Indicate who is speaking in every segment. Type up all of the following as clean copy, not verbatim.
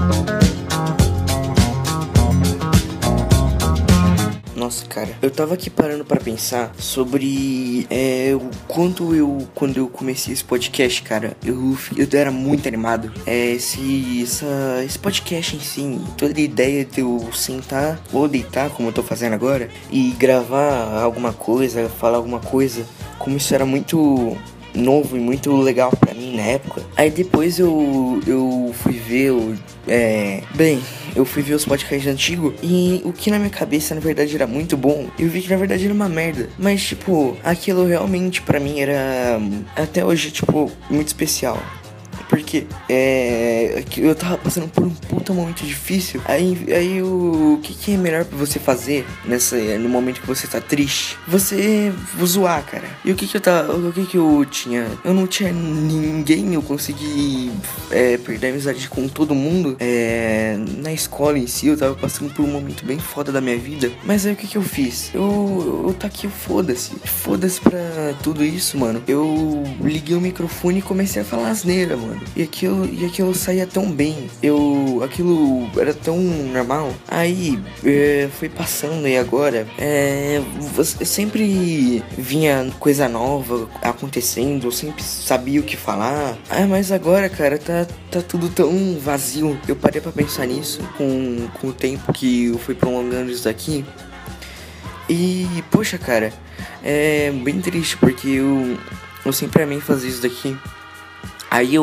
Speaker 1: Nossa, cara, eu tava aqui parando pra pensar sobre quando eu comecei esse podcast, cara, eu era muito animado. Esse podcast em si, toda a ideia de eu sentar ou deitar, como eu tô fazendo agora, e gravar alguma coisa, falar alguma coisa, como isso era muito novo e muito legal pra mim na época. Aí depois eu fui ver eu fui ver os podcasts antigos e o que na minha cabeça na verdade era muito bom, eu vi que na verdade era uma merda. Mas tipo, aquilo realmente pra mim era até hoje tipo muito especial. Porque eu tava passando por um puta momento difícil. Aí o que é melhor pra você fazer no momento que você tá triste? Você zoar, cara. E o que eu tinha? Eu não tinha ninguém, eu consegui perder a amizade com todo mundo. Na escola em si, eu tava passando por um momento bem foda da minha vida. Mas aí o que eu fiz? Eu taquei o foda-se. Foda-se pra tudo isso, mano. Eu liguei o microfone e comecei a falar asneira, mano. E aquilo saía tão bem. Aquilo era tão normal. Aí foi passando e agora sempre vinha coisa nova acontecendo. Eu sempre sabia o que falar. Mas agora, cara, tá tudo tão vazio. Eu parei pra pensar nisso com o tempo que eu fui prolongando isso daqui. E, poxa, cara, é bem triste porque eu sempre amei fazer isso daqui. Aí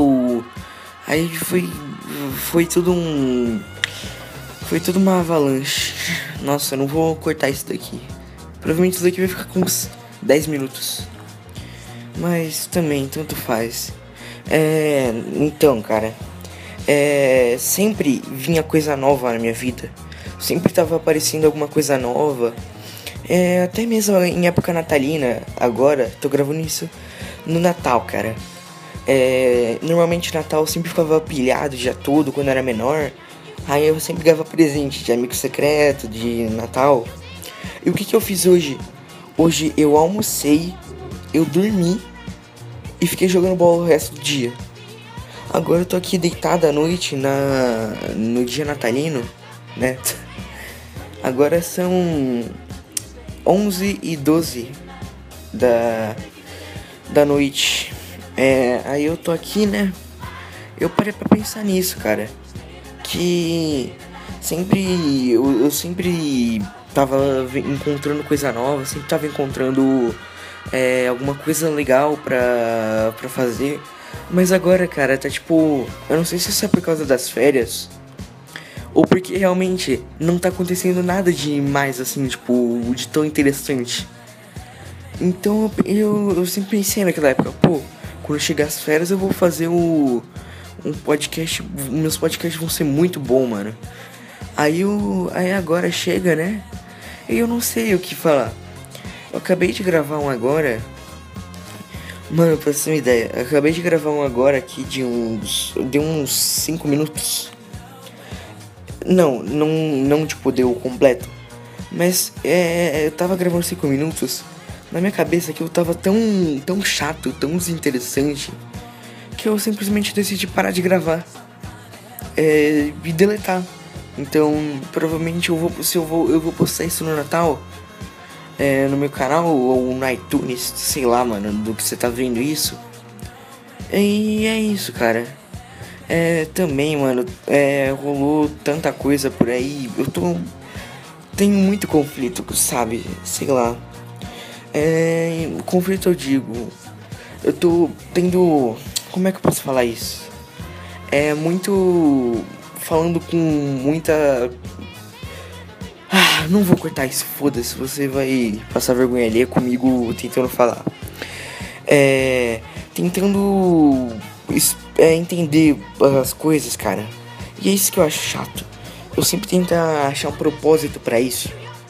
Speaker 1: foi tudo foi tudo uma avalanche. Nossa, eu não vou cortar isso daqui. Provavelmente isso daqui vai ficar com uns 10 minutos. Mas também, tanto faz. Então, cara, sempre vinha coisa nova na minha vida. Sempre tava aparecendo alguma coisa nova. Até mesmo em época natalina. Agora, tô gravando isso no Natal, cara. Normalmente Natal eu sempre ficava pilhado já todo quando eu era menor. Aí eu sempre ganhava presente de amigo secreto, de Natal. E o que eu fiz hoje? Hoje eu almocei, eu dormi e fiquei jogando bola o resto do dia. Agora eu tô aqui deitado à noite no dia natalino, né? Agora são 11h12 da noite. Aí eu tô aqui, né? Eu parei pra pensar nisso, cara. Que eu sempre tava encontrando coisa nova, sempre tava encontrando alguma coisa legal pra fazer. Mas agora, cara, tá tipo, eu não sei se isso é por causa das férias ou porque realmente não tá acontecendo nada de mais assim, tipo, de tão interessante. Então eu sempre pensei naquela época, pô, quando chegar as férias eu vou fazer um podcast. Meus podcasts vão ser muito bom, mano. Aí agora chega, né? E eu não sei o que falar. Eu acabei de gravar um agora. Mano, pra você ter uma ideia, eu acabei de gravar um agora aqui de uns 5 minutos. Não tipo, deu completo. Mas eu tava gravando 5 minutos. Na minha cabeça que eu tava tão chato, tão desinteressante, que eu simplesmente decidi parar de gravar e deletar. Então provavelmente eu vou postar isso no Natal, no meu canal ou no iTunes, sei lá, mano, do que você tá vendo isso. E é isso, cara. Também, mano, rolou tanta coisa por aí. Tenho muito conflito, sabe? Sei lá. Conflito eu digo. Eu tô tendo. Como é que eu posso falar isso? Falando com muita. Não vou cortar isso, foda-se. Você vai passar vergonha ali comigo tentando falar. Tentando entender as coisas, cara. E é isso que eu acho chato. Eu sempre tento achar um propósito pra isso.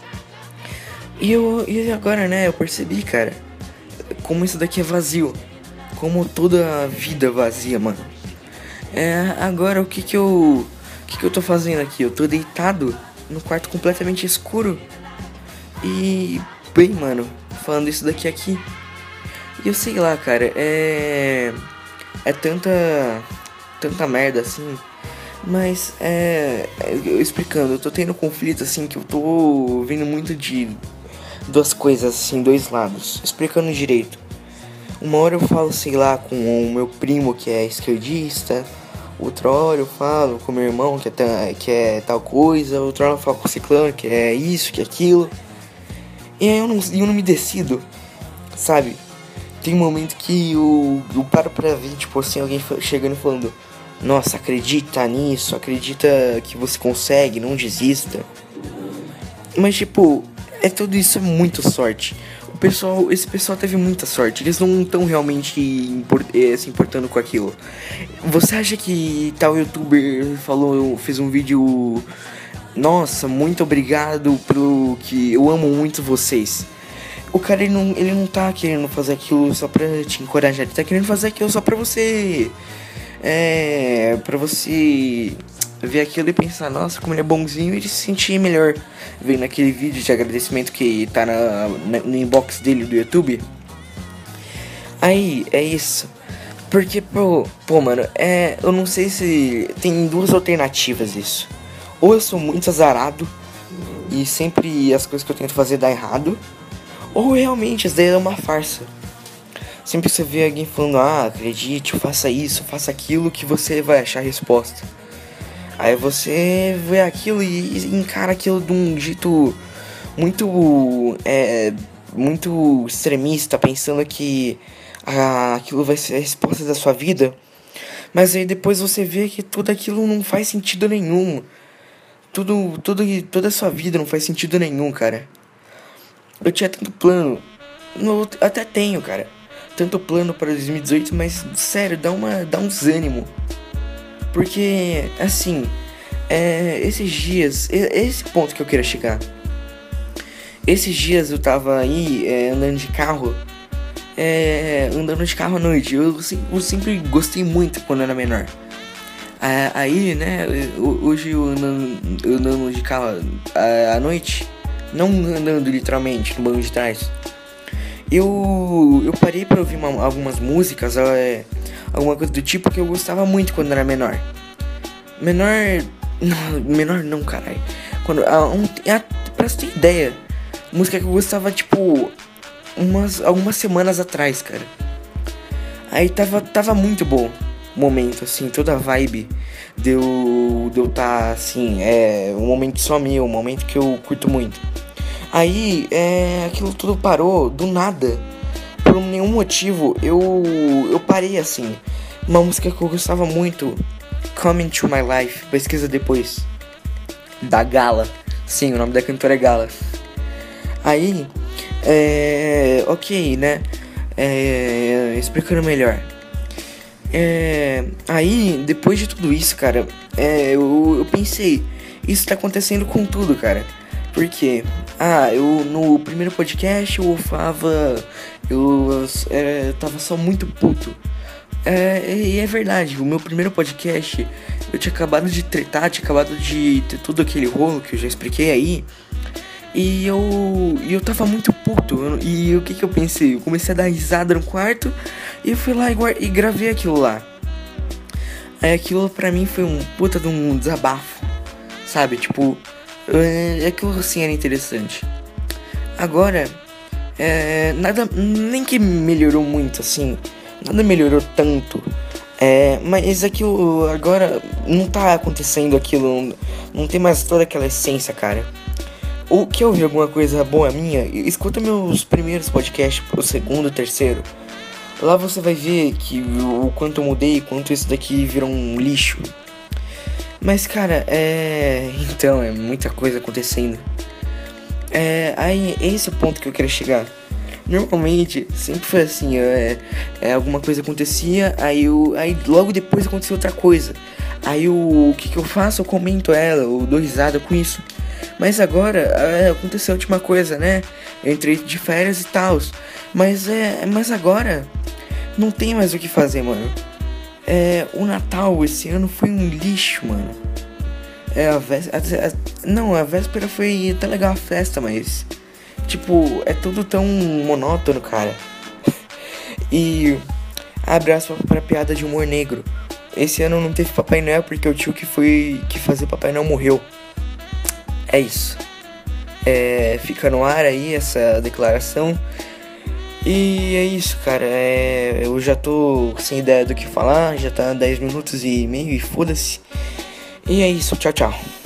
Speaker 1: E agora, né, eu percebi, cara, como isso daqui é vazio. Como toda a vida vazia, mano. Agora o que eu tô fazendo aqui? Eu tô deitado no quarto completamente escuro. E, bem, mano, falando isso daqui aqui. E eu sei lá, cara, tanta merda assim. Mas, eu explicando, eu tô tendo conflito, assim, que eu tô vendo muito de duas coisas, assim, dois lados. Explicando direito. Uma hora eu falo, sei lá, com o meu primo que é esquerdista. Outra hora eu falo com meu irmão que é tal coisa. Outra hora eu falo com o ciclano que é isso, que é aquilo. E aí eu não me decido, sabe? Tem um momento que eu paro pra ver, tipo assim, alguém chegando e falando: nossa, acredita nisso, acredita que você consegue, não desista. Mas tipo, tudo isso é muito sorte. Esse pessoal teve muita sorte. Eles não estão realmente se importando com aquilo. Você acha que tal youtuber fez um vídeo: nossa, muito obrigado pelo que eu amo muito vocês. O cara ele não tá querendo fazer aquilo só pra te encorajar. Ele tá querendo fazer aquilo só pra você pra você ver aquilo e pensar: nossa, como ele é bonzinho, e se sentir melhor vendo aquele vídeo de agradecimento que tá no inbox dele do YouTube. Aí, é isso. Porque, pô, mano, eu não sei se tem duas alternativas isso. Ou eu sou muito azarado e sempre as coisas que eu tento fazer dá errado, ou realmente isso daí é uma farsa. Sempre você vê alguém falando: acredite, faça isso, faça aquilo, que você vai achar a resposta. Aí você vê aquilo e encara aquilo de um jeito muito muito extremista, pensando que aquilo vai ser a resposta da sua vida. Mas aí depois você vê que tudo aquilo não faz sentido nenhum. Toda a sua vida não faz sentido nenhum, cara. Eu tinha tanto plano, até tenho, cara, tanto plano para 2018, mas sério, dá um desânimo. Porque, assim, esses dias, esse ponto que eu queria chegar. Esses dias eu tava aí andando de carro à noite. Eu sempre gostei muito quando era menor. Aí, né, hoje eu andando de carro à noite, não andando literalmente no banco de trás. Eu parei pra ouvir algumas músicas, alguma coisa do tipo que eu gostava muito quando era menor. Menor não, caralho. Pra você ter ideia, música que eu gostava, tipo, algumas semanas atrás, cara. Aí tava muito bom o momento, assim, toda a vibe de eu tá, assim, um momento só meu, um momento que eu curto muito. Aí, aquilo tudo parou do nada. Por nenhum motivo, eu parei, assim. Uma música que eu gostava muito, Come Into My Life, pesquisa depois, da Gala. Sim, o nome da cantora é Gala. Aí, ok, né? Explicando melhor. Aí, depois de tudo isso, cara, eu pensei: isso tá acontecendo com tudo, cara. Por quê? Eu no primeiro podcast eu tava só muito puto. E é verdade, o meu primeiro podcast eu tinha acabado de tretar, tinha acabado de ter todo aquele rolo que eu já expliquei aí. E eu tava muito puto. E o que eu pensei? Eu comecei a dar risada no quarto e eu fui lá e gravei aquilo lá. Aí aquilo pra mim foi um puta de um desabafo, sabe? Tipo, aquilo assim era interessante. Agora, nada, nem que melhorou muito assim, nada melhorou tanto. Mas aquilo agora não tá acontecendo aquilo, não tem mais toda aquela essência, cara. Ou quer ouvir alguma coisa boa minha? Escuta meus primeiros podcasts, o segundo, o terceiro. Lá você vai ver que o quanto eu mudei, quanto isso daqui virou um lixo. Mas, cara, então, é muita coisa acontecendo. Aí, esse é o ponto que eu quero chegar. Normalmente, sempre foi assim, alguma coisa acontecia, aí logo depois aconteceu outra coisa. Aí o que eu faço? Eu comento ela, eu dou risada com isso. Mas agora, aconteceu a última coisa, né? Eu entrei de férias e tal. Mas agora, não tem mais o que fazer, mano. O Natal esse ano foi um lixo, mano. A véspera foi até legal a festa, mas tipo, é tudo tão monótono, cara. E abraço pra piada de humor negro. esse ano não teve Papai Noel porque o tio que fazia Papai Noel morreu. É isso. Fica no ar aí essa declaração. E é isso, cara. Eu já tô sem ideia do que falar. Já tá 10 minutos e meio e foda-se. E é isso, tchau, tchau.